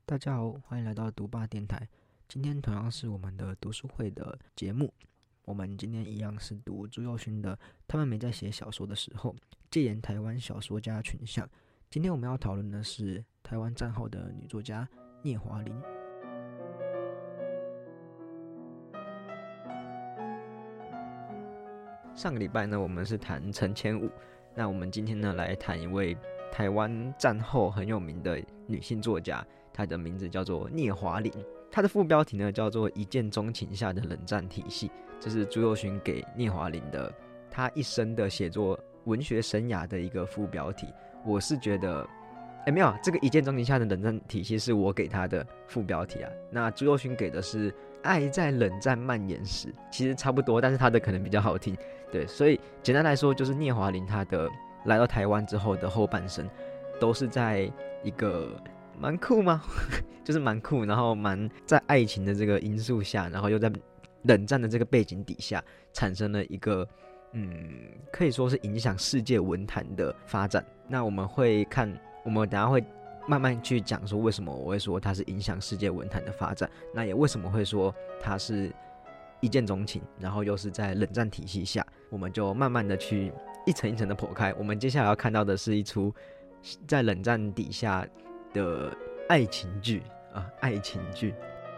大家好，欢迎来到读吧电台。今天同样是我们的读书会的节目，我们今天一样是读朱宥勋的《他们没在写小说的时候》，戒严台湾小说家群像。今天我们要讨论的是台湾战后的女作家聂华苓。上个礼拜呢，我们是谈陈千武，那我们今天呢来谈一位台湾战后很有名的女性作家，她的名字叫做聂华苓。她的副标题呢叫做《一见钟情下的冷战体系》，这是朱宥勋给聂华苓的她一生的写作文学生涯的一个副标题。我是觉得，没有，这个《一见钟情下的冷战体系》是我给她的副标题啊。那朱宥勋给的是《爱在冷战蔓延时》，其实差不多，但是他的可能比较好听。对，所以简单来说，就是聂华苓她的来到台湾之后的后半生，都是在一个蛮酷吗？就是蛮酷，然后蛮在爱情的这个因素下，然后又在冷战的这个背景底下，产生了一个可以说是影响世界文坛的发展。那我们会看，我们等一下会慢慢去讲说为什么我会说它是影响世界文坛的发展，那也为什么会说它是一见钟情，然后又是在冷战体系下，我们就慢慢的去一层一层的剖开。我们接下来要看到的是一出在冷战底下的爱情剧啊，爱情剧。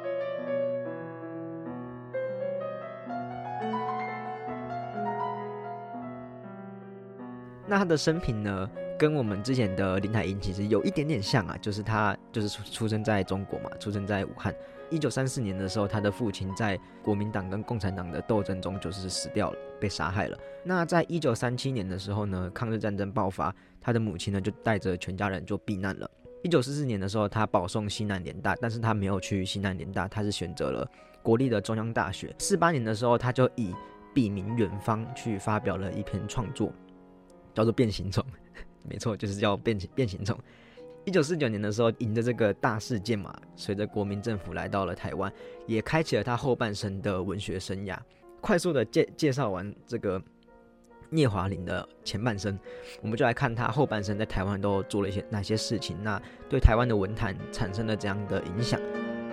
那他的生平呢，跟我们之前的林海音其实有一点点像啊，就是他就是出生在中国嘛，出生在武汉。1934年的时候，他的父亲在国民党跟共产党的斗争中就是死掉了，被杀害了。那在1937年的时候呢，抗日战争爆发，他的母亲呢就带着全家人就避难了。1944年的时候，他保送西南联大，但是他没有去西南联大，他是选择了国立的中央大学。48年的时候，他就以笔名远方去发表了一篇创作，叫做《变形虫》，没错，就是叫变形虫。1949年的时候，迎着这个大事件嘛，随着国民政府来到了台湾，也开启了他后半生的文学生涯。快速的介绍完这个聂华苓的前半生，我们就来看他后半生在台湾都做了一些哪些事情，那对台湾的文坛产生了怎样的影响。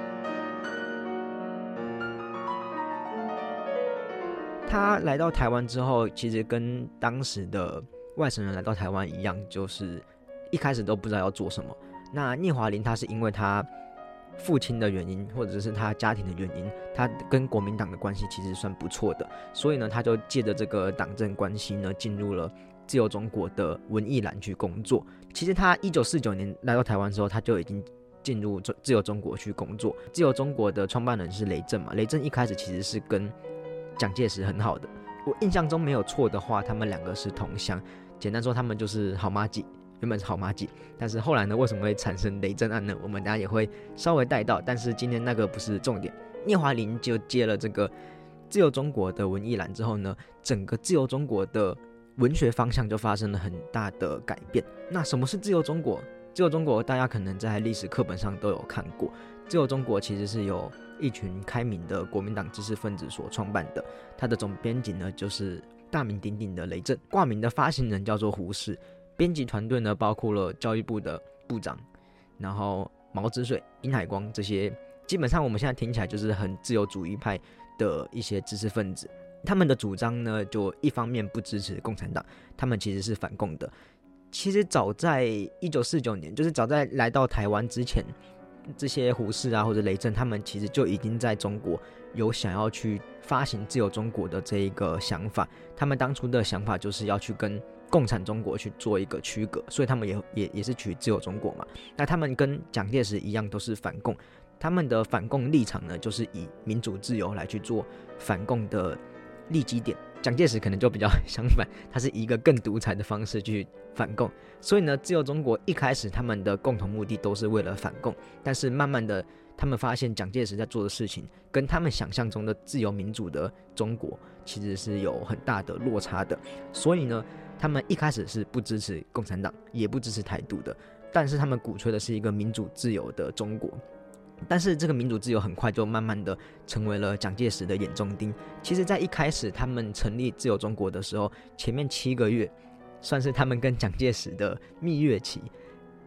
他来到台湾之后，其实跟当时的外省人来到台湾一样，就是一开始都不知道要做什么。那聂华苓他是因为他父亲的原因，或者是他家庭的原因，他跟国民党的关系其实算不错的，所以呢，他就借着这个党政关系呢，进入了自由中国的文艺栏去工作。其实他1949年来到台湾之后，他就已经进入自由中国去工作。自由中国的创办人是雷震嘛，雷震一开始其实是跟蒋介石很好的，我印象中没有错的话，他们两个是同乡，简单说他们就是好麻吉，原本是好麻吉，但是后来呢，为什么会产生雷震案呢？我们大家也会稍微带到，但是今天那个不是重点。聂华苓就接了这个自由中国的文艺栏之后呢，整个自由中国的文学方向就发生了很大的改变。那什么是自由中国？自由中国大家可能在历史课本上都有看过，自由中国其实是由一群开明的国民党知识分子所创办的，它的总编辑呢就是大名鼎鼎的雷震，挂名的发行人叫做胡适，编辑团队呢包括了教育部的部长，然后毛子水、殷海光这些，基本上我们现在听起来就是很自由主义派的一些知识分子。他们的主张呢，就一方面不支持共产党，他们其实是反共的。其实早在1949年，就是早在来到台湾之前，这些胡适啊或者雷震，他们其实就已经在中国有想要去发行自由中国的这一个想法。他们当初的想法就是要去跟共产中国去做一个区隔，所以他们也是取自由中国嘛。那他们跟蒋介石一样都是反共，他们的反共立场呢，就是以民主自由来去做反共的立基点。蒋介石可能就比较相反，他是以一个更独裁的方式去反共，所以呢，自由中国一开始他们的共同目的都是为了反共，但是慢慢的他们发现蒋介石在做的事情跟他们想象中的自由民主的中国其实是有很大的落差的，所以呢，他们一开始是不支持共产党，也不支持台独的，但是他们鼓吹的是一个民主自由的中国。但是这个民主自由很快就慢慢的成为了蒋介石的眼中钉。其实在一开始他们成立自由中国的时候，前面7个月算是他们跟蒋介石的蜜月期。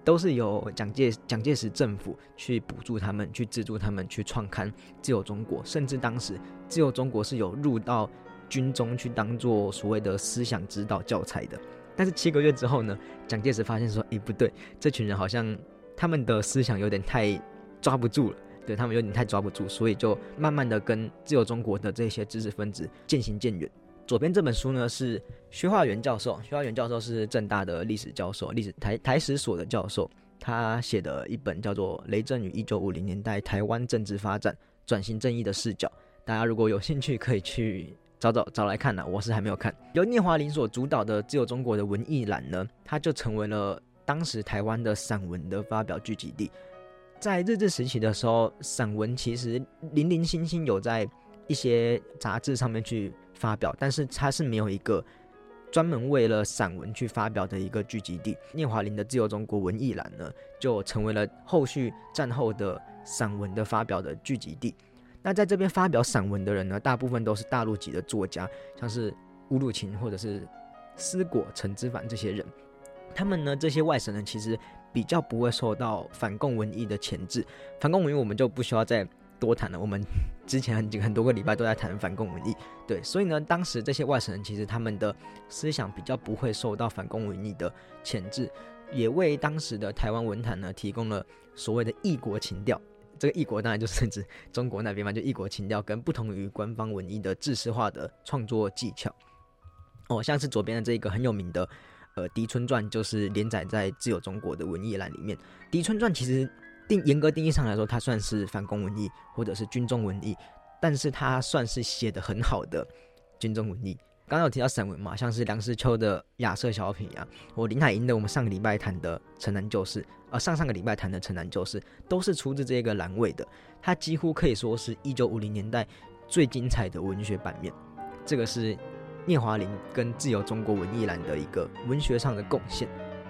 都是由蒋介石政府去补助他们，去资助他们去创刊自由中国，甚至当时自由中国是有入到军中去当做所谓的思想指导教材的。但是7个月之后呢，蒋介石发现说，不对，这群人好像他们的思想有点太抓不住了，对，他们有点太抓不住，所以就慢慢的跟自由中国的这些知识分子渐行渐远。左边这本书呢是薛化元教授，薛化元教授是政大的历史教授，台史所的教授，他写的一本叫做《雷震与1950年代台湾政治发展转型正义的视角》，大家如果有兴趣可以去找来看啦，我是还没有看。由聂华苓所主导的自由中国的文艺栏呢，它就成为了当时台湾的散文的发表聚集地。在日治时期的时候，散文其实零零星星有在一些杂志上面去发表，但是它是没有一个专门为了散文去发表的一个聚集地。聂华苓的自由中国文艺栏呢，就成为了后续战后的散文的发表的聚集地。那在这边发表散文的人呢，大部分都是大陆籍的作家，像是吴鲁琴或者是思果、陈之凡这些人。他们呢，这些外省人其实比较不会受到反共文艺的钳制。反共文艺我们就不需要再多谈了，我们之前很多个礼拜都在谈反共文艺，对，所以呢，当时这些外省人其实他们的思想比较不会受到反共文艺的钳制，也为当时的台湾文坛呢提供了所谓的异国情调。这个异国当然就是指中国那边嘛，就异国情调跟不同于官方文艺的制式化的创作技巧。像是左边的这个很有名的《狄春传》，就是连载在自由中国的文艺栏里面。《狄春传》其实严格定义上来说，它算是反共文艺或者是军中文艺，但是它算是写得很好的军中文艺。刚刚有提到散文嘛，像是梁实秋的《亚瑟小品》啊，或林海音的我们上个礼拜谈的《城南旧事》上个礼拜谈的《城南旧事》，都是出自这个栏位的。它几乎可以说是1950年代最精彩的文学版面。这个是聂华苓跟自由中国文艺栏的一个文学上的贡献。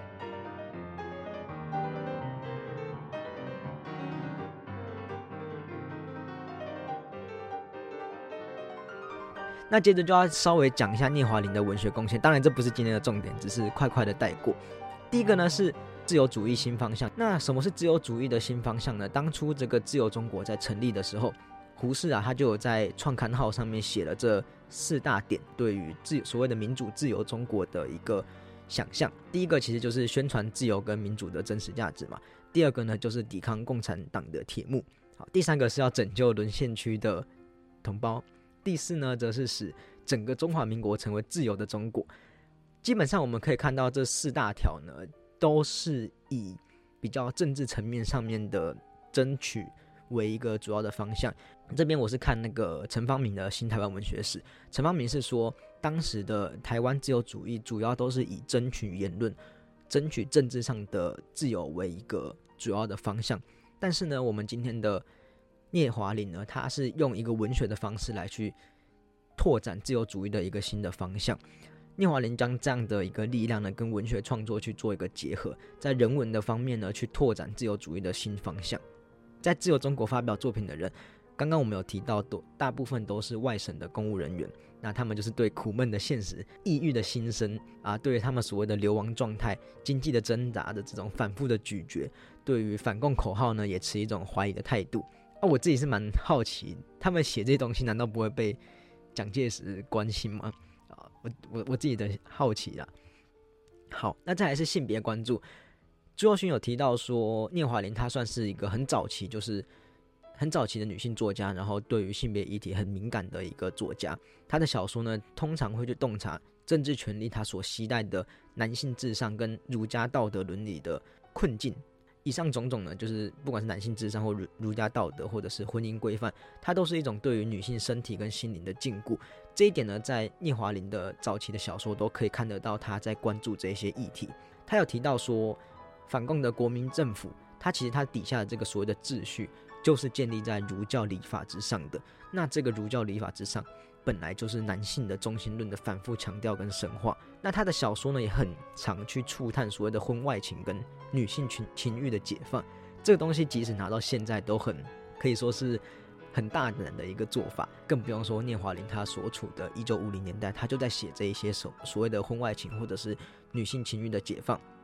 那接着就要稍微讲一下聂华苓的文学贡献，当然这不是今天的重点，只是快快的带过。第一个呢是自由主义新方向。那什么是自由主义的新方向呢？当初这个自由中国在成立的时候，胡适啊他就有在创刊号上面写了这4大点对于所谓的民主自由中国的一个想象。第一个其实就是宣传自由跟民主的真实价值嘛。第二个呢就是抵抗共产党的铁幕。好，第三个是要拯救沦陷区的同胞。第4呢，则是使整个中华民国成为自由的中国。基本上我们可以看到这4大条呢，都是以比较政治层面上面的争取为一个主要的方向。这边我是看那个陈方明的新台湾文学史，陈方明是说，当时的台湾自由主义主要都是以争取言论、争取政治上的自由为一个主要的方向。但是呢，我们今天的聂华苓呢，他是用一个文学的方式来去拓展自由主义的一个新的方向。聂华苓将这样的一个力量呢，跟文学创作去做一个结合，在人文的方面呢，去拓展自由主义的新方向。在自由中国发表作品的人，刚刚我们有提到，大部分都是外省的公务人员，那他们就是对苦闷的现实、抑郁的心声啊，对于他们所谓的流亡状态、经济的挣扎的这种反复的咀嚼，对于反共口号呢，也持一种怀疑的态度。我自己是蛮好奇，他们写这些东西难道不会被蒋介石关心吗？我自己的好奇啦。好，那再来是性别关注。朱佑勋有提到说，聂华苓她算是一个很早期的女性作家，然后对于性别议题很敏感的一个作家。她的小说呢，通常会去洞察政治权力它所期待的男性至上跟儒家道德伦理的困境。以上种种呢，就是不管是男性至上或儒家道德，或者是婚姻规范，它都是一种对于女性身体跟心灵的禁锢。这一点呢，在聂华苓的早期的小说都可以看得到，他在关注这些议题。他有提到说，反共的国民政府，它其实它底下的这个所谓的秩序，就是建立在儒教礼法之上的。那这个儒教礼法之上，本来就是男性的中心论的反复强调跟神话。那他的小说呢，也很常去触探所谓的婚外情跟女性情欲的解放。这个东西即使拿到现在都可以说是很大胆的一个做法，更不用说聂华苓他所处的1950年代，他就在写这一些所谓的婚外情或者是女性情欲的解放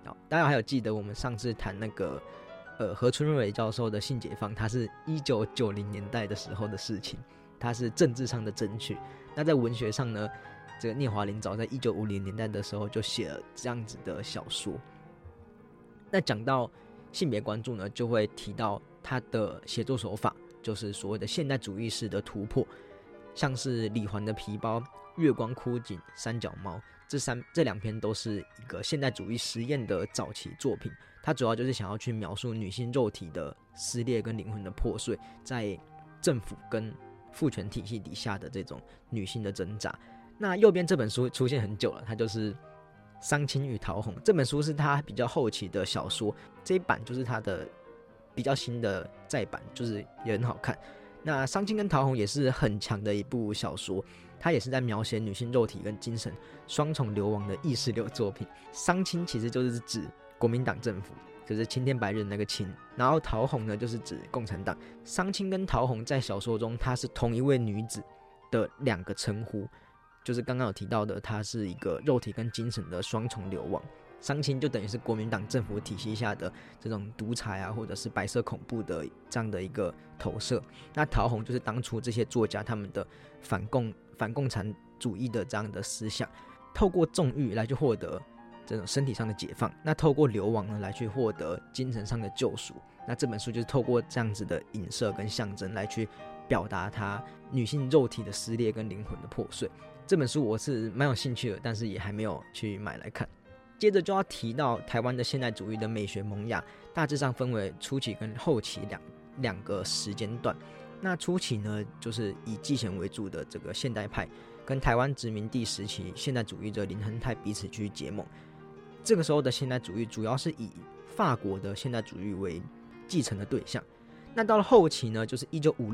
好，大家还有记得我们上次谈那个何春蕊教授的性解放，它是1990年代的时候的事情，它是政治上的争取。那在文学上呢，这个聂华苓早在1950年代的时候就写了这样子的小说。那讲到性别关注呢，就会提到他的写作手法，就是所谓的现代主义式的突破，像是李环的皮包、月光枯井、三脚猫，这两篇都是一个现代主义实验的早期作品。它主要就是想要去描述女性肉体的撕裂跟灵魂的破碎，在政府跟父权体系底下的这种女性的挣扎。那右边这本书出现很久了，它就是《桑青与桃红》，这本书是他比较后期的小说，这一版就是他的比较新的再版，就是也很好看。那桑青跟桃红也是很强的一部小说，它也是在描写女性肉体跟精神双重流亡的意识流作品。桑青其实就是指国民党政府，就是青天白日的那个青，然后桃红呢就是指共产党。桑青跟桃红在小说中，它是同一位女子的两个称呼，就是刚刚有提到的，它是一个肉体跟精神的双重流亡。桑青就等于是国民党政府体系下的这种独裁啊，或者是白色恐怖的这样的一个投射。那桃红就是当初这些作家他们的反共产主义的这样的思想，透过纵欲来去获得这种身体上的解放，那透过流亡呢来去获得精神上的救赎。那这本书就是透过这样子的影射跟象征来去表达它女性肉体的撕裂跟灵魂的破碎。这本书我是蛮有兴趣的，但是也还没有去买来看。接着就要提到台湾的现代主义的美学萌芽，大致上分为初期跟后期两个时间段。那初期呢，就是以纪贤为主的这个现代派，跟台湾殖民地时期现代主义者林亨泰彼此去结盟。这个时候的现代主义主要是以法国的现代主义为继承的对象。那到了后期呢，就是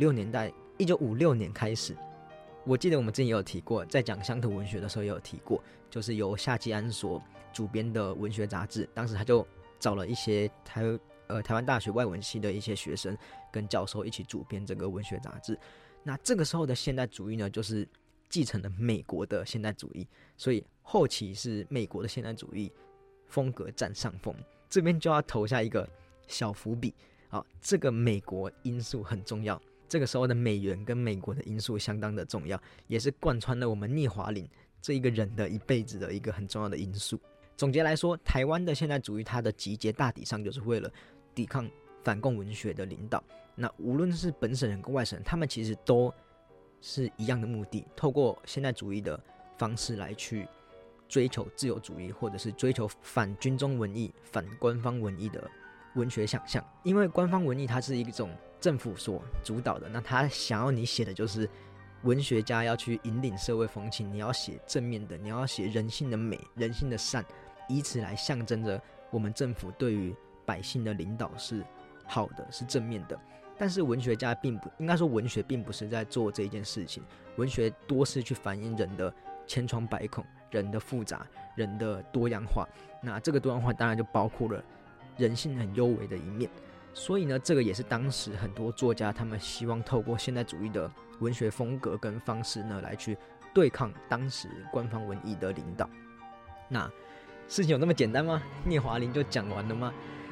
1956年开始，我记得我们之前也有提过，在讲乡土文学的时候也有提过，就是由夏基安所主编的文学杂志，当时他就找了一些台湾大学外文系的一些学生跟教授一起主编这个文学杂志。那这个时候的现代主义呢，就是继承了美国的现代主义，所以后期是美国的现代主义风格占上风。这边就要投下一个小伏笔，这个美国因素很重要，这个时候的美元跟美国的因素相当的重要，也是贯穿了我们聂华苓这一个人的一辈子的一个很重要的因素。总结来说，台湾的现代主义它的集结大体上就是为了抵抗反共文学的领导。那无论是本省人跟外省人，他们其实都是一样的目的，透过现代主义的方式来去追求自由主义，或者是追求反军中文艺、反官方文艺的文学想象。因为官方文艺它是一种政府所主导的，那他想要你写的就是文学家要去引领社会风气，你要写正面的，你要写人性的美、人性的善，以此来象征着我们政府对于百姓的领导是好的，是正面的。但是文学家应该说文学并不是在做这一件事情，文学多是去反映人的千疮百孔、人的复杂、人的多样化。那这个多样化当然就包括了人性很幽微的一面。所以呢，这个也是当时很多作家他们希望透过现代主义的文学风格跟方式呢，来去对抗当时官方文艺的领导。那事情有那么简单吗？聂华苓就讲完了吗？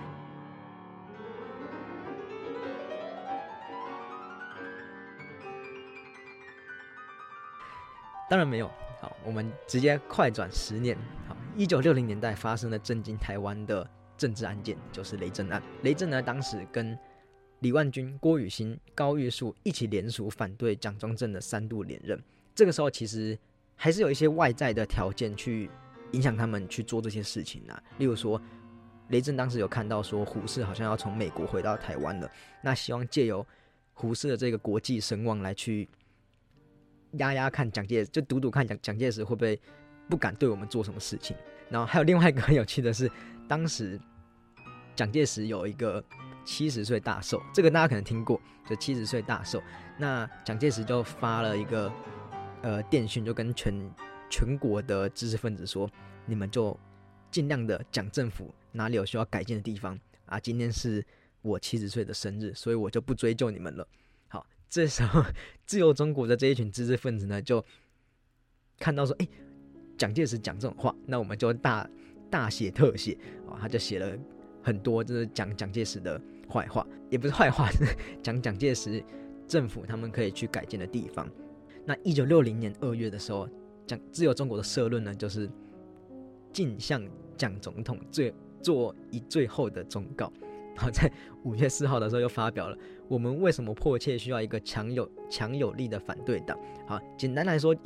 当然没有。好，我们直接快转10年。好，1960年代发生了震惊台湾的政治案件，就是雷震案。雷震呢，当时跟李万军、郭雨新、高玉树一起联署反对蒋中正的3度连任。这个时候其实还是有一些外在的条件去影响他们去做这些事情啊。例如说，雷震当时有看到说胡适好像要从美国回到台湾了，那希望借由胡适的这个国际声望来去压看蒋介石，就赌看蒋介石会不会不敢对我们做什么事情。然后还有另外一个很有趣的是，当时蒋介石有一个70岁大寿，这个大家可能听过，就70岁大寿。那蒋介石就发了一个电讯，就跟全国的知识分子说，你们就尽量的讲政府哪里有需要改进的地方啊。今天是我70岁的生日，所以我就不追究你们了。好，这时候自由中国的这一群知识分子呢，就看到说，蒋介石讲这种话，那我们就大大写特写他就写了很多就是讲蒋介石的坏话，也不是坏话，是讲蒋介石政府他们可以去改进的地方。那1960年2月的时候，自由中国的社论呢，就是径向蒋总统做最后的忠告。然后在5月4号的时候又发表了我们为什么迫切需要一个强有力的反对党。好，简单来说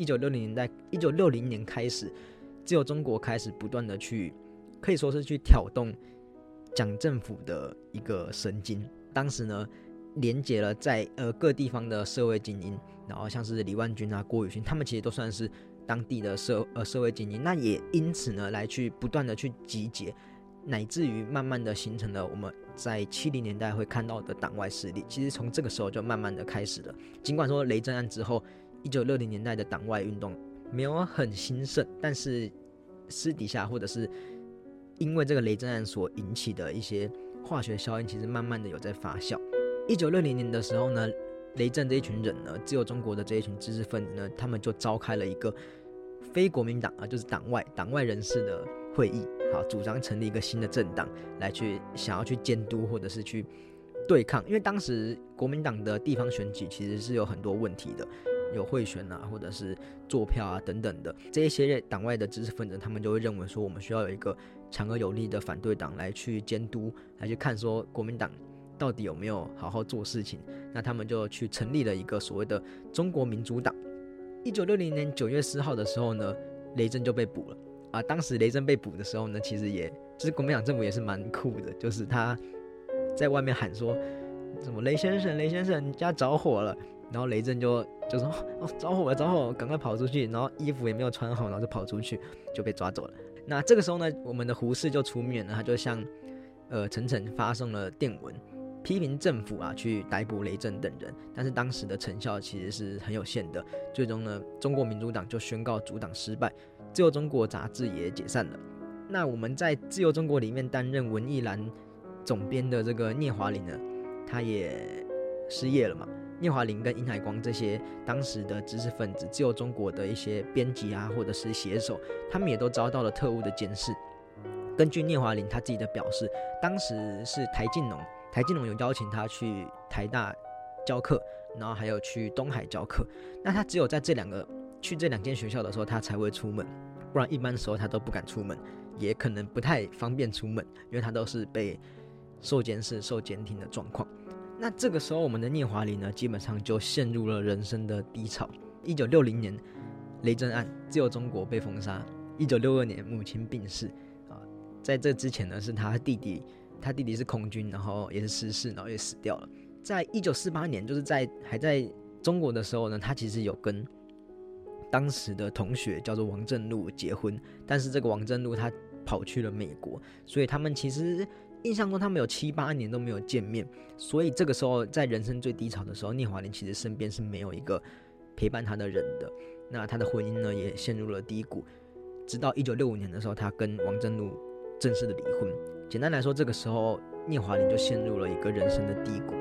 ，1960年开始，自由中国开始不断的可以说是去挑动蒋政府的一个神经。当时呢，连结了在各地方的社会精英，然后像是李万钧郭宇勋，他们其实都算是当地的社会精英。那也因此呢，来去不断的去集结，乃至于慢慢的形成了我们在70年代会看到的党外势力。其实从这个时候就慢慢的开始了。尽管说雷震案之后，1960年代的党外运动没有很兴盛，但是私底下或者是因为这个雷震案所引起的一些化学效应，其实慢慢的有在发酵。1960年的时候呢，雷震这一群人呢，自由中国的这一群知识分子呢，他们就召开了一个非国民党就是党外人士的会议，好，主张成立一个新的政党，来想要去监督或者是去对抗。因为当时国民党的地方选举其实是有很多问题的，有贿选或者是作票等等的。这一些党外的知识分子，他们就会认为说，我们需要有一个强而有力的反对党来去监督，来去看说国民党到底有没有好好做事情。那他们就去成立了一个所谓的中国民主党。1960年9月4号的时候呢，雷震就被捕了当时雷震被捕的时候呢，其实就是国民党政府也是蛮酷的，就是他在外面喊说什么雷先生你家着火了，然后雷震就说着火了，赶快跑出去，然后衣服也没有穿好，然后就跑出去，就被抓走了。那这个时候呢，我们的胡适就出面了，他就向陈诚发送了电文，批评政府去逮捕雷震等人，但是当时的成效其实是很有限的。最终呢，中国民主党就宣告组党失败，自由中国杂志也解散了。那我们在自由中国里面担任文艺栏总编的这个聂华苓呢，他也失业了嘛。聂华苓跟殷海光这些当时的知识分子，自由中国的一些编辑或者是写手，他们也都遭到了特务的监视。根据聂华苓他自己的表示，当时是台静农有邀请他去台大教课，然后还有去东海教课。那他只有在去这两间学校的时候，他才会出门，不然一般的时候他都不敢出门，也可能不太方便出门，因为他都是被受监视、受监听的状况。那这个时候，我们的聂华苓呢，基本上就陷入了人生的低潮。1960年雷震案，自由中国被封杀。1962年母亲病逝在这之前呢，是他弟弟是空军，然后也是失事，然后也死掉了。在1948年，就是还在中国的时候呢，他其实有跟当时的同学叫做王震禄结婚，但是这个王震禄他跑去了美国，所以他们其实印象中他们有7、8年都没有见面。所以这个时候在人生最低潮的时候，聂华苓其实身边是没有一个陪伴他的人的。那他的婚姻呢也陷入了低谷，直到1965年的时候，他跟王震禄正式的离婚。简单来说，这个时候聂华苓就陷入了一个人生的低谷。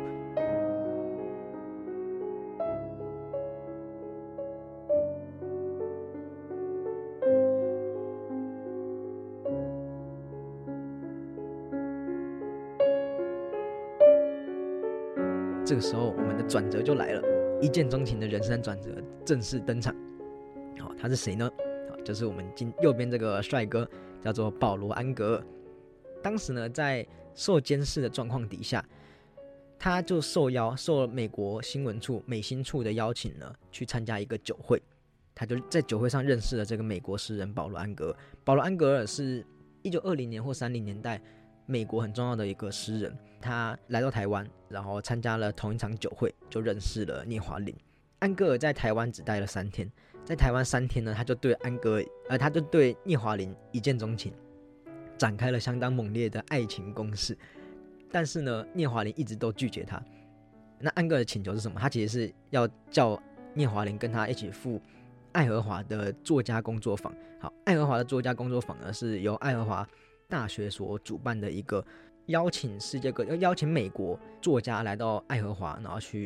这个时候我们的转折就来了，一见钟情的人生转折正式登场。他是谁呢？就是我们右边这个帅哥，叫做保罗·安格尔。当时呢，在受监视的状况底下，他就受美国新闻处美新处的邀请呢，去参加一个酒会。他就在酒会上认识了这个美国诗人保罗·安格尔。保罗·安格尔是1920年或30年代美国很重要的一个诗人。他来到台湾，然后参加了同一场酒会，就认识了聂华苓。安格尔在台湾只待了3天，在台湾3天呢，他就对聂华苓一见钟情，展开了相当猛烈的爱情攻势。但是呢，聂华苓一直都拒绝他。那安格尔的请求是什么？他其实是要叫聂华苓跟他一起赴爱荷华的作家工作坊。好，爱荷华的作家工作坊呢，是由爱荷华大学所主办的一个邀请美国作家来到爱荷华，然后去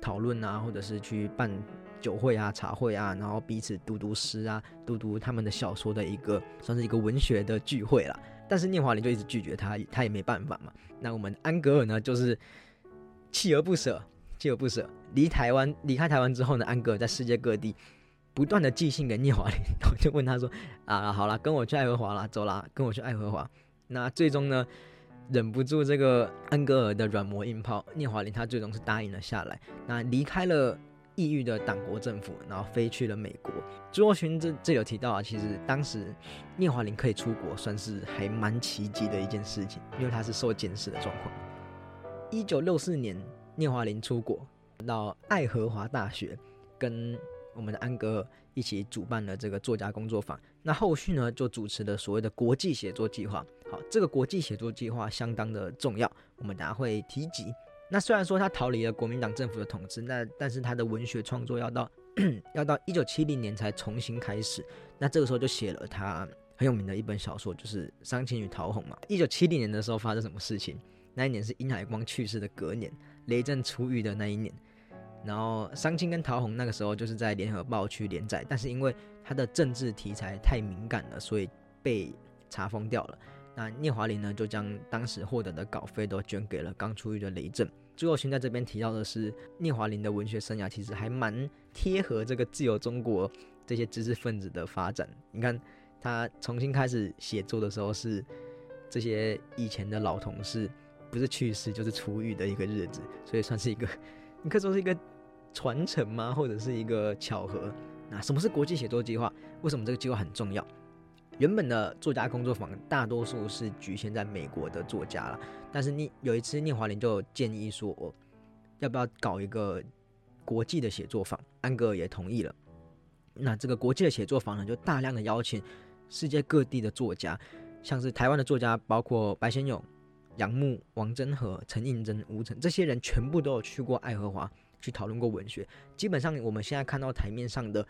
讨论啊，或者是去办酒会啊、茶会啊，然后彼此读诗啊，读他们的小说的算是一个文学的聚会啦。但是聂华苓就一直拒绝他也没办法嘛。那我们安格尔呢，就是锲而不舍。离开台湾之后呢，安格尔在世界各地不断的寄信给聂华苓，然后就问他说好啦，跟我去爱荷华啦，走啦，跟我去爱荷华。那最终呢，忍不住这个安格尔的软磨硬泡，聂华苓他最终是答应了下来。那离开了异域的党国政府，然后飞去了美国。朱若勋这有提到其实当时聂华苓可以出国，算是还蛮奇迹的一件事情，因为他是受监视的状况。1964年，聂华苓出国到爱荷华大学，跟我们的安格尔一起主办了这个作家工作坊。那后续呢，就主持了所谓的国际写作计划。好，这个国际写作计划相当的重要，我们等下会提及。那虽然说他逃离了国民党政府的统治，但是他的文学创作要到1970年才重新开始。那这个时候就写了他很有名的一本小说，就是《伤心与桃红》嘛。1970年的时候发生什么事情？那一年是殷海光去世的隔年，雷震出狱的那一年。然后《伤心》跟《桃红》那个时候就是在联合报去连载，但是因为他的政治题材太敏感了，所以被查封掉了。那聂华苓呢，就将当时获得的稿费都捐给了刚出狱的雷震。朱若勋在这边提到的是，聂华苓的文学生涯其实还蛮贴合这个自由中国这些知识分子的发展。你看他重新开始写作的时候，是这些以前的老同事不是去世就是出狱的一个日子，所以算是一个，你可以说是一个传承吗？或者是一个巧合？那什么是国际写作计划？为什么这个计划很重要？原本的作家工作坊大多数是局限在美国的作家啦，但是有一次聂华苓就建议说，要不要搞一个国际的写作坊？安格尔也同意了。那这个国际的写作坊呢，就大量的邀请世界各地的作家，像是台湾的作家，包括白先勇、杨牧、王贞和、陈映真、吴承，这些人全部都有去过爱荷华去讨论过文学。基本上我们现在看到台面上的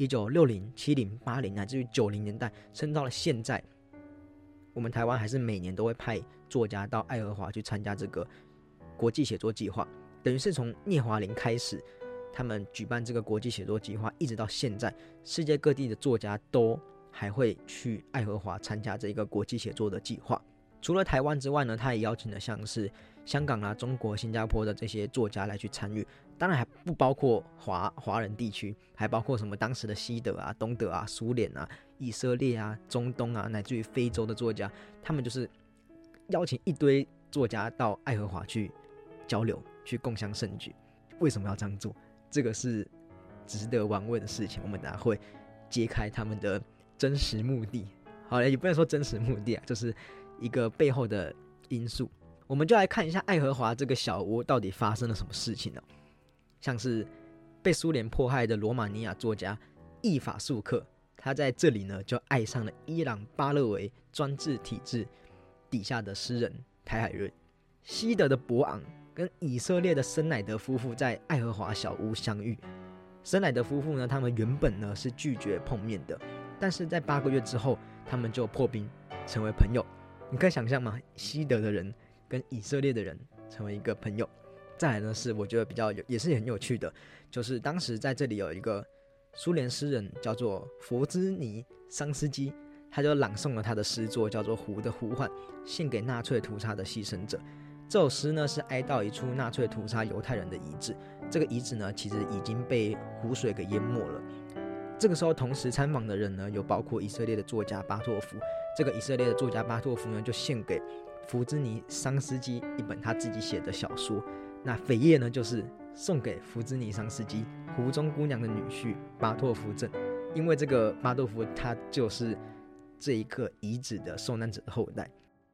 1960、70、80乃至于90年代，甚至到了现在，我们台湾还是每年都会派作家到爱荷华去参加这个国际写作计划。等于是从聂华苓开始，他们举办这个国际写作计划，一直到现在，世界各地的作家都还会去爱荷华参加这个国际写作的计划。除了台湾之外呢，他也邀请了像是香港啊、中国、新加坡的这些作家来去参与，当然还不包括华人地区，还包括什么当时的西德啊、东德啊、苏联啊、以色列啊、中东啊，乃至于非洲的作家，他们就是邀请一堆作家到爱荷华去交流，去共襄盛举。为什么要这样做？这个是值得玩味的事情，我们等下会揭开他们的真实目的。好了，也不能说真实目的啊，就是一个背后的因素。我们就来看一下爱荷华这个小窝到底发生了什么事情呢？像是被苏联迫害的罗马尼亚作家易法素克，他在这里呢就爱上了伊朗巴勒维专制体制底下的诗人台海瑞。西德的博昂跟以色列的森乃德夫妇在爱荷华小屋相遇。森乃德夫妇呢，他们原本呢是拒绝碰面的，但是在8个月之后，他们就破冰成为朋友。你可以想象吗？西德的人跟以色列的人成为一个朋友。再来呢，是我觉得也是很有趣的，就是当时在这里有一个苏联诗人叫做弗兹尼桑斯基，他就朗诵了他的诗作叫做《湖的呼唤》，献给纳粹屠杀的牺牲者。这首诗呢是哀悼一处纳粹屠杀犹太人的遗址，这个遗址呢其实已经被湖水给淹没了。这个时候同时参访的人呢，有包括以色列的作家巴托夫。这个以色列的作家巴托夫呢，就献给弗兹尼桑斯基一本他自己写的小说。那扉页呢，就是送给弗兹尼桑斯基湖中姑娘的女婿巴托夫镇，因为这个巴托夫他就是这一个遗址的受难者的后代。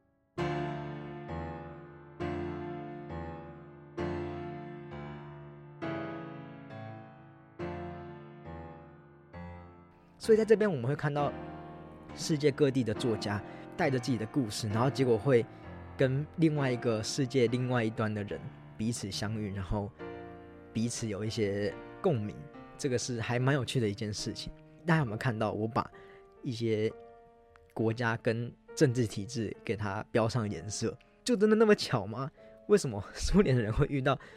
所以在这边我们会看到世界各地的作家带着自己的故事，然后结果会跟另外一个世界另外一端的人彼此相遇，然后彼此有一些共鸣，这个是还蛮有趣的一件事情。大家有没有看到我把一些国家跟政治体制给它标上颜色？就真的那么巧吗？为什么苏联的人会遇到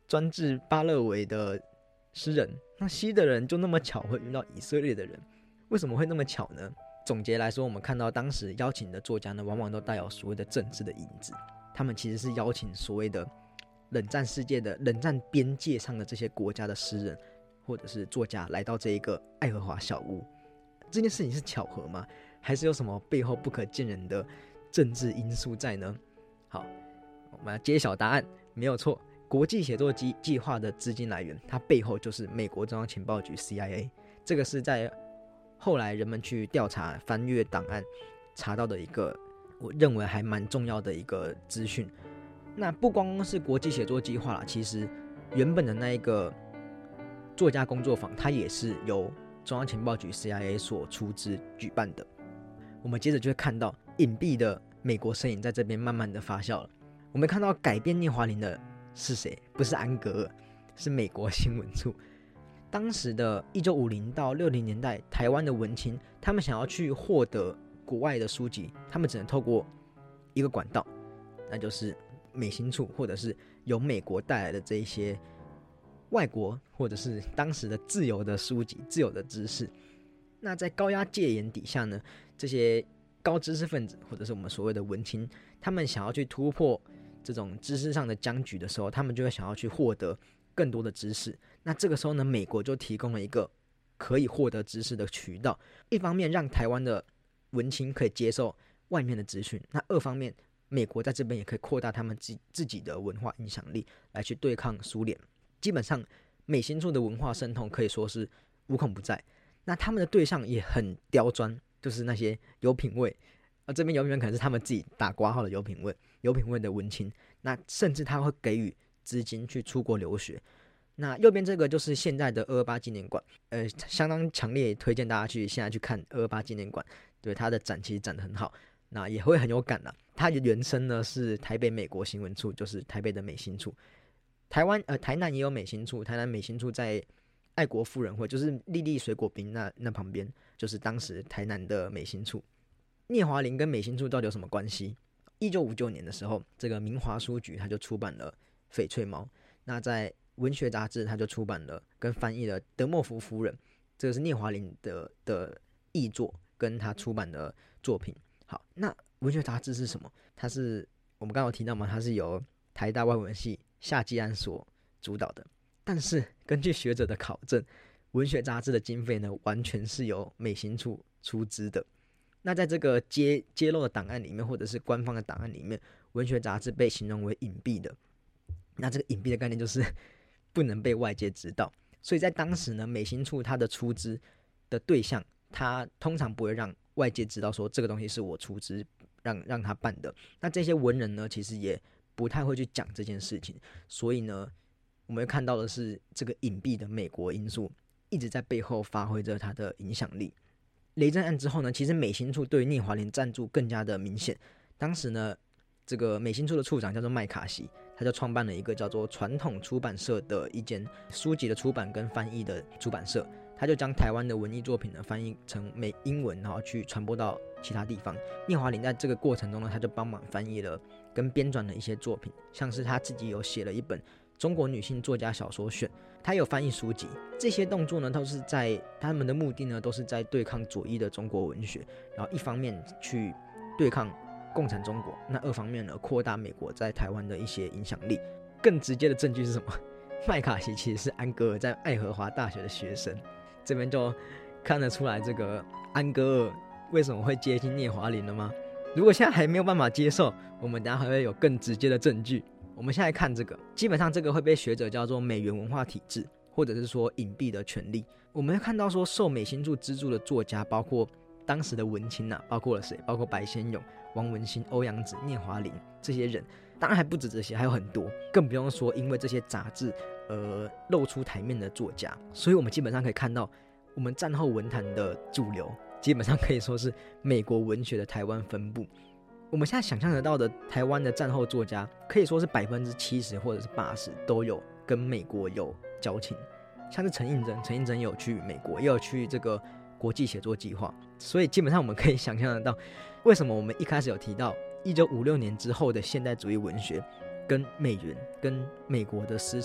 专治巴勒维的诗人，那西的人就那么巧会遇到以色列的人，为什么会那么巧呢？总结来说，我们看到当时邀请的作家呢，往往都带有所谓的政治的影子，他们其实是邀请所谓的冷战世界的冷战边界上的这些国家的诗人或者是作家来到这一个爱荷华小屋。这件事情是巧合吗？还是有什么背后不可见人的政治因素在呢？好，我们要揭晓答案，没有错。国际写作计划的资金来源，它背后就是美国中央情报局 CIA， 这个是在后来人们去调查翻阅档案查到的一个我认为还蛮重要的一个资讯。那不光光是国际写作计划啦，其实原本的那一个作家工作坊，它也是由中央情报局 CIA 所出资举办的。我们接着就会看到隐蔽的美国身影在这边慢慢的发酵了。我们看到改变聂华苓的是谁？不是安格尔，是美国新闻处。当时的1950到60年代，台湾的文青，他们想要去获得国外的书籍，他们只能透过一个管道，那就是美新处，或者是由美国带来的这一些外国或者是当时的自由的书籍、自由的知识。那在高压戒严底下呢，这些高知识分子或者是我们所谓的文青，他们想要去突破这种知识上的僵局的时候，他们就会想要去获得更多的知识。那这个时候呢，美国就提供了一个可以获得知识的渠道，一方面让台湾的文青可以接受外面的资讯，那二方面美国在这边也可以扩大他们自己的文化影响力，来去对抗苏联。基本上美新处的文化渗透可以说是无孔不在，那他们的对象也很刁钻，就是那些有品味，这边有品味可能是他们自己打挂号的有品味的文青，那甚至他会给予资金去出国留学。那右边这个就是现在的228纪念馆，相当强烈推荐大家现在去看228纪念馆，对，它的展其实展得很好，那也会很有感啦。它的原生呢是台北美国新闻处，就是台北的美新处。台南也有美新处，台南美新处在爱国妇人会，就是粒粒水果冰那旁边，就是当时台南的美新处。聂华苓跟美新处到底有什么关系？1959年的时候，这个明华书局他就出版了《翡翠猫》，那在文学杂志他就出版了跟翻译了《德莫福夫人》，这个是聂华苓的译作跟他出版的作品。好，那文学杂志是什么？它是我们刚刚有提到嘛，它是由台大外文系夏季安所主导的。但是根据学者的考证，文学杂志的经费呢，完全是由美新处出资的。那在这个揭露的档案里面，或者是官方的档案里面，文学杂志被形容为隐蔽的。那这个隐蔽的概念就是不能被外界知道。所以在当时呢，美新处它的出资的对象，它通常不会让外界知道说这个东西是我出资让他办的。那这些文人呢，其实也不太会去讲这件事情。所以呢，我们会看到的是这个隐蔽的美国因素一直在背后发挥着它的影响力。雷震案之后呢，其实美新处对于聂华苓赞助更加的明显。当时呢，这个美新处的处长叫做麦卡锡，他就创办了一个叫做传统出版社的一间书籍的出版跟翻译的出版社，他就将台湾的文艺作品呢翻译成英文，然后去传播到其他地方。聂华苓在这个过程中呢，他就帮忙翻译了跟编纂了一些作品，像是他自己有写了一本中国女性作家小说选，他有翻译书籍。这些动作呢，都是在他们的目的呢，都是在对抗左翼的中国文学，然后一方面去对抗共产中国，那二方面呢，扩大美国在台湾的一些影响力。更直接的证据是什么？麦卡锡其实是安格尔在爱荷华大学的学生，这边就看得出来这个安格尔为什么会接近聂华苓了吗？如果现在还没有办法接受，我们等一下还会有更直接的证据。我们现在看这个，基本上这个会被学者叫做美元文化体制，或者是说隐蔽的权利。我们会看到说受美新处资助的作家，包括当时的文青包括了谁？包括白先勇、王文兴、欧阳子、聂华苓这些人。当然还不止这些，还有很多，更不用说因为这些杂志露出台面的作家。所以我们基本上可以看到，我们战后文坛的主流基本上可以说是美国文学的台湾分部。我们现在想象得到的台湾的战后作家，可以说是70%或者是80%都有跟美国有交情。像是陈映真也有去美国，也有去这个国际写作计划。所以基本上我们可以想象得到，为什么我们一开始有提到1956年之后的现代主义文学跟美元跟美国的思潮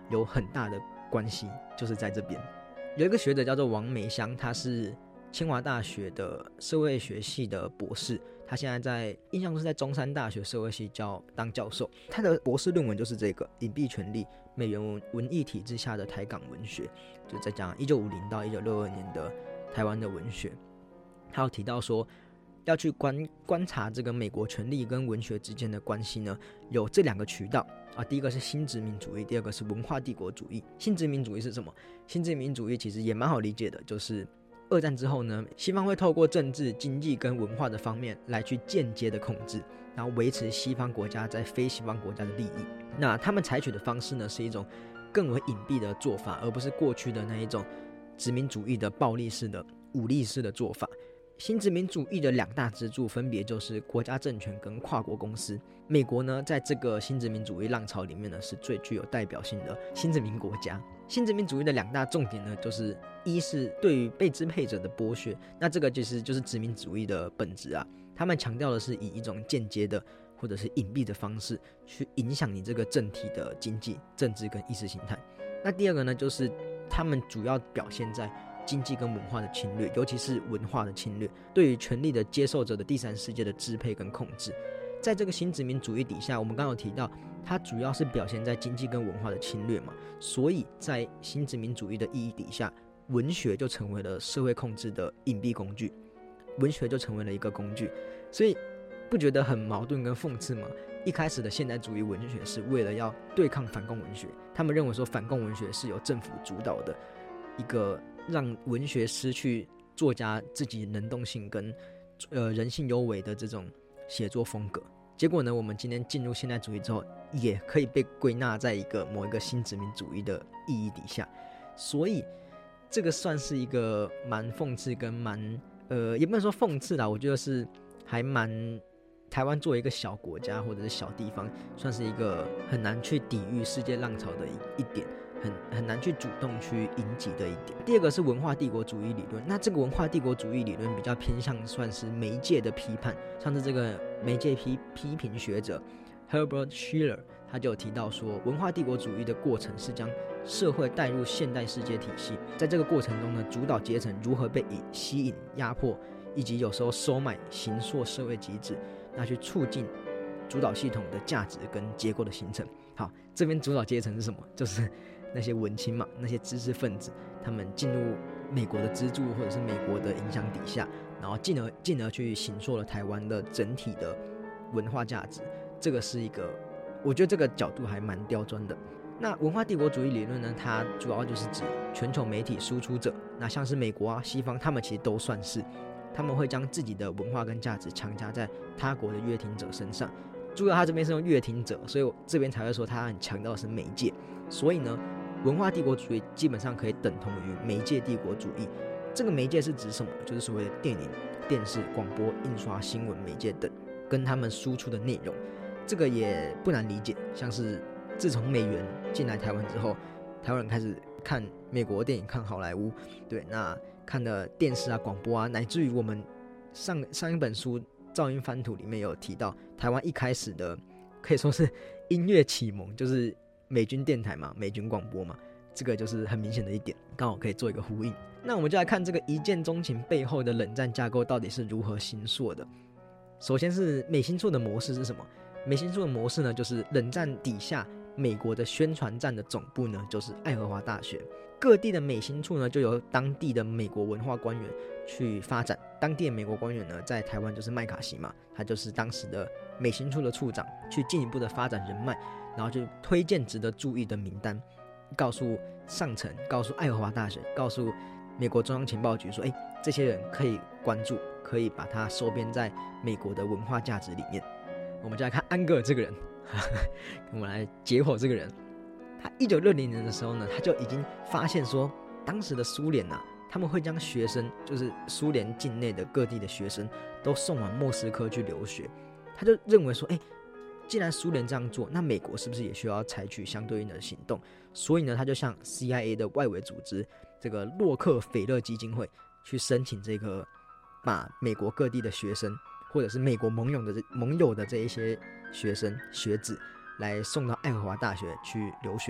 有很大的关系，就是在这边。有一个学者叫做王梅香，他是清华大学的社会学系的博士，他现在印象中是在中山大学社会系当教授。他的博士论文就是这个隐蔽权力美元文艺体制下的台港文学，就在讲1950到1962年的台湾的文学。他有提到说，要去观察这个美国权力跟文学之间的关系呢，有这2个渠道啊。第一个是新殖民主义，第二个是文化帝国主义。新殖民主义是什么？新殖民主义其实也蛮好理解的，就是二战之后呢，西方会透过政治、经济跟文化的方面来去间接的控制，然后维持西方国家在非西方国家的利益。那他们采取的方式呢，是一种更为隐蔽的做法，而不是过去的那一种殖民主义的暴力式的武力式的做法。新殖民主义的2大支柱分别就是国家政权跟跨国公司。美国呢，在这个新殖民主义浪潮里面呢，是最具有代表性的新殖民国家。新殖民主义的2大重点呢，就是一是对于被支配者的剥削，那这个就是殖民主义的本质啊。他们强调的是以一种间接的或者是隐蔽的方式去影响你这个政体的经济、政治跟意识形态。那第二个呢，就是他们主要表现在经济跟文化的侵略，尤其是文化的侵略，对于权力的接受者的第三世界的支配跟控制。在这个新殖民主义底下，我们刚刚有提到，它主要是表现在经济跟文化的侵略嘛，所以在新殖民主义的意义底下，文学就成为了社会控制的隐蔽工具，文学就成为了一个工具。所以不觉得很矛盾跟讽刺吗？一开始的现代主义文学是为了要对抗反共文学，他们认为说反共文学是由政府主导的一个让文学失去作家自己能动性跟人性优美的这种写作风格。结果呢，我们今天进入现代主义之后，也可以被归纳在某一个新殖民主义的意义底下。所以这个算是一个蛮讽刺跟也不能说讽刺啦，我觉得是还蛮台湾作为一个小国家或者是小地方，算是一个很难去抵御世界浪潮的一点，很难去主动去迎击的一点。第二个是文化帝国主义理论，那这个文化帝国主义理论比较偏向算是媒介的批判，像是这个媒介批评学者 Herbert Schiller， 他就有提到说，文化帝国主义的过程是将社会带入现代世界体系，在这个过程中呢，主导阶层如何被吸引、压迫，以及有时候收买、形塑社会机制，那去促进主导系统的价值跟结构的形成。好，这边主导阶层是什么？就是那些文青嘛，那些知识分子，他们进入美国的资助或者是美国的影响底下，然后进而去形塑了台湾的整体的文化价值。这个是一个，我觉得这个角度还蛮刁钻的。那文化帝国主义理论呢，它主要就是指全球媒体输出者，那像是美国啊、西方，他们其实都算是，他们会将自己的文化跟价值强加在他国的阅听者身上。注意到他这边是用阅听者，所以我这边才会说他很强调的是媒介。所以呢，文化帝国主义基本上可以等同于媒介帝国主义。这个媒介是指什么？就是所谓的电影、电视、广播、印刷、新闻媒介等，跟他们输出的内容。这个也不难理解，像是自从美元进来台湾之后，台湾人开始看美国电影、看好莱坞，对，那看的电视啊、广播啊，乃至于我们上一本书《噪音翻图》里面有提到，台湾一开始的可以说是音乐启蒙，就是美军电台嘛，美军广播嘛，这个就是很明显的一点，刚好可以做一个呼应。那我们就来看这个一见钟情背后的冷战架构到底是如何形塑的。首先是美新处的模式是什么？美新处的模式呢，就是冷战底下美国的宣传站的总部呢，就是爱荷华大学。各地的美新处呢，就由当地的美国文化官员去发展。当地的美国官员呢，在台湾就是麦卡锡嘛，他就是当时的美新处的处长，去进一步的发展人脉，然后就推荐值得注意的名单，告诉上层，告诉爱荷华大学，告诉美国中央情报局说，这些人可以关注，可以把它收编在美国的文化价值里面。我们就来看安格尔这个人，我们来解剖这个人。他1960年的时候呢，他就已经发现说，当时的苏联啊，他们会将学生，就是苏联境内的各地的学生，都送往莫斯科去留学。他就认为说，既然苏联这样做，那美国是不是也需要采取相对应的行动？所以呢，他就向 CIA 的外围组织这个洛克菲勒基金会去申请这个，把美国各地的学生，或者是美国盟友的这一些学生学子，来送到爱荷华大学去留学。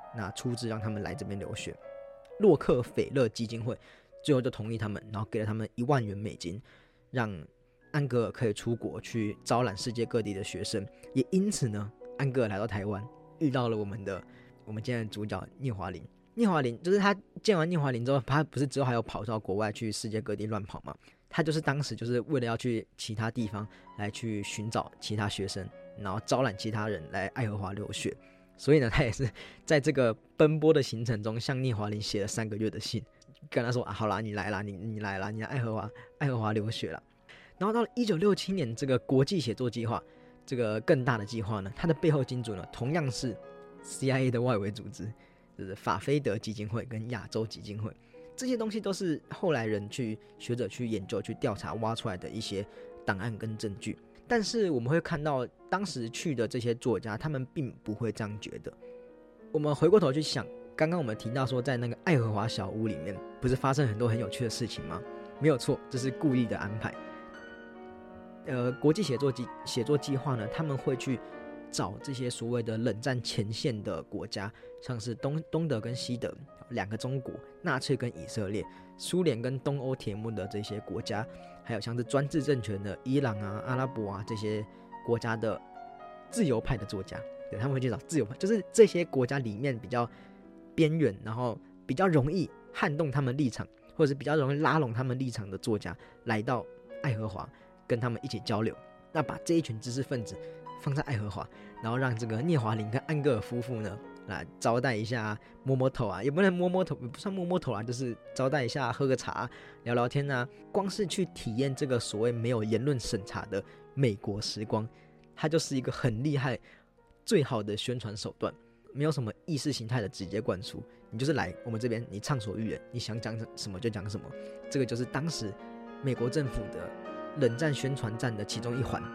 那出资让他们来这边留学。洛克菲勒基金会最后就同意他们，然后给了他们1万元美金，让安格尔可以出国去招揽世界各地的学生。也因此呢，安格尔来到台湾，遇到了我们今天的主角聂华苓。聂华苓就是他见完聂华苓之后，他不是之后还有跑到国外去世界各地乱跑吗？他就是当时就是为了要去其他地方来去寻找其他学生，然后招揽其他人来爱荷华留学。所以呢，他也是在这个奔波的行程中，向聂华苓写了3个月的信，跟他说好啦，你来啦，你来啦，你来爱荷华留学啦。然后到了1967年，这个国际写作计划，这个更大的计划呢，它的背后金主呢，同样是 CIA 的外围组织，就是法菲德基金会跟亚洲基金会。这些东西都是后来学者去研究、去调查、挖出来的一些档案跟证据。但是我们会看到，当时去的这些作家，他们并不会这样觉得。我们回过头去想，刚刚我们提到说，在那个爱荷华小屋里面，不是发生很多很有趣的事情吗？没有错，这是故意的安排。国际写作计划呢，他们会去找这些所谓的冷战前线的国家，像是东德跟西德2个中国，纳粹跟以色列，苏联跟东欧铁幕的这些国家，还有像是专制政权的伊朗啊、阿拉伯啊这些国家的自由派的作家。对，他们会去找自由派，就是这些国家里面比较边缘，然后比较容易撼动他们立场，或者是比较容易拉拢他们立场的作家，来到爱荷华跟他们一起交流。那把这一群知识分子放在爱荷华，然后让这个聂华苓跟安格尔夫妇呢来招待一下，摸摸头啊，也不能摸摸头，也不算摸摸头啦，就是招待一下，喝个茶，聊聊天啊。光是去体验这个所谓没有言论审查的美国时光，它就是一个很厉害、最好的宣传手段。没有什么意识形态的直接灌输，你就是来我们这边，你畅所欲言，你想讲什么就讲什么。这个就是当时美国政府的冷战宣传战的其中一环。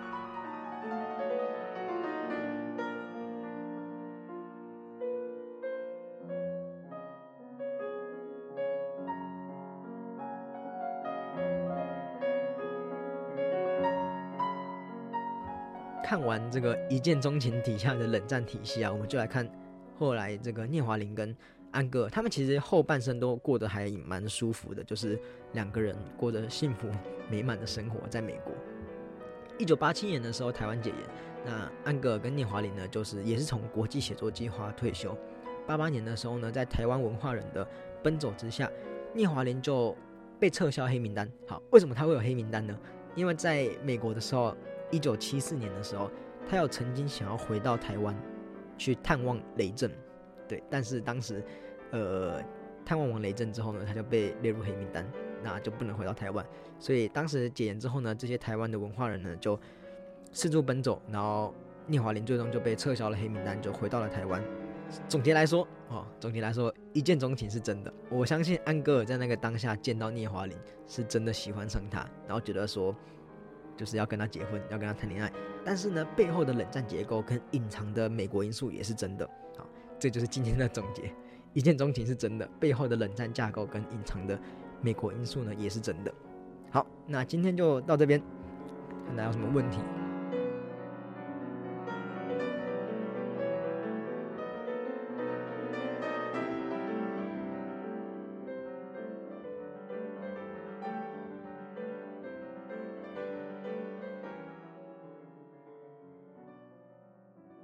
看完这个一见钟情底下的冷战体系啊，我们就来看后来这个聂华苓跟安格尔，他们其实后半生都过得还蛮舒服的，就是2个人过得幸福美满的生活在美国。1987年的时候，台湾解严，那安格尔跟聂华苓呢，也是从国际写作计划退休。88年的时候呢，在台湾文化人的奔走之下，聂华苓就被撤销黑名单。好，为什么他会有黑名单呢？因为在美国的时候，1974年的时候，他有曾经想要回到台湾去探望雷震，对，但是当时探望完雷震之后呢，他就被列入黑名单，那就不能回到台湾。所以当时解严之后呢，这些台湾的文化人呢就四处奔走，然后聂华苓最终就被撤销了黑名单，就回到了台湾。总结来说，一见钟情是真的。我相信安格尔在那个当下见到聂华苓，是真的喜欢上他，然后觉得说就是要跟他结婚，要跟他谈恋爱。但是呢，背后的冷战结构跟隐藏的美国因素也是真的。好，这就是今天的总结。一见钟情是真的，背后的冷战架构跟隐藏的美国因素呢也是真的。好，那今天就到这边，看大家有什么问题。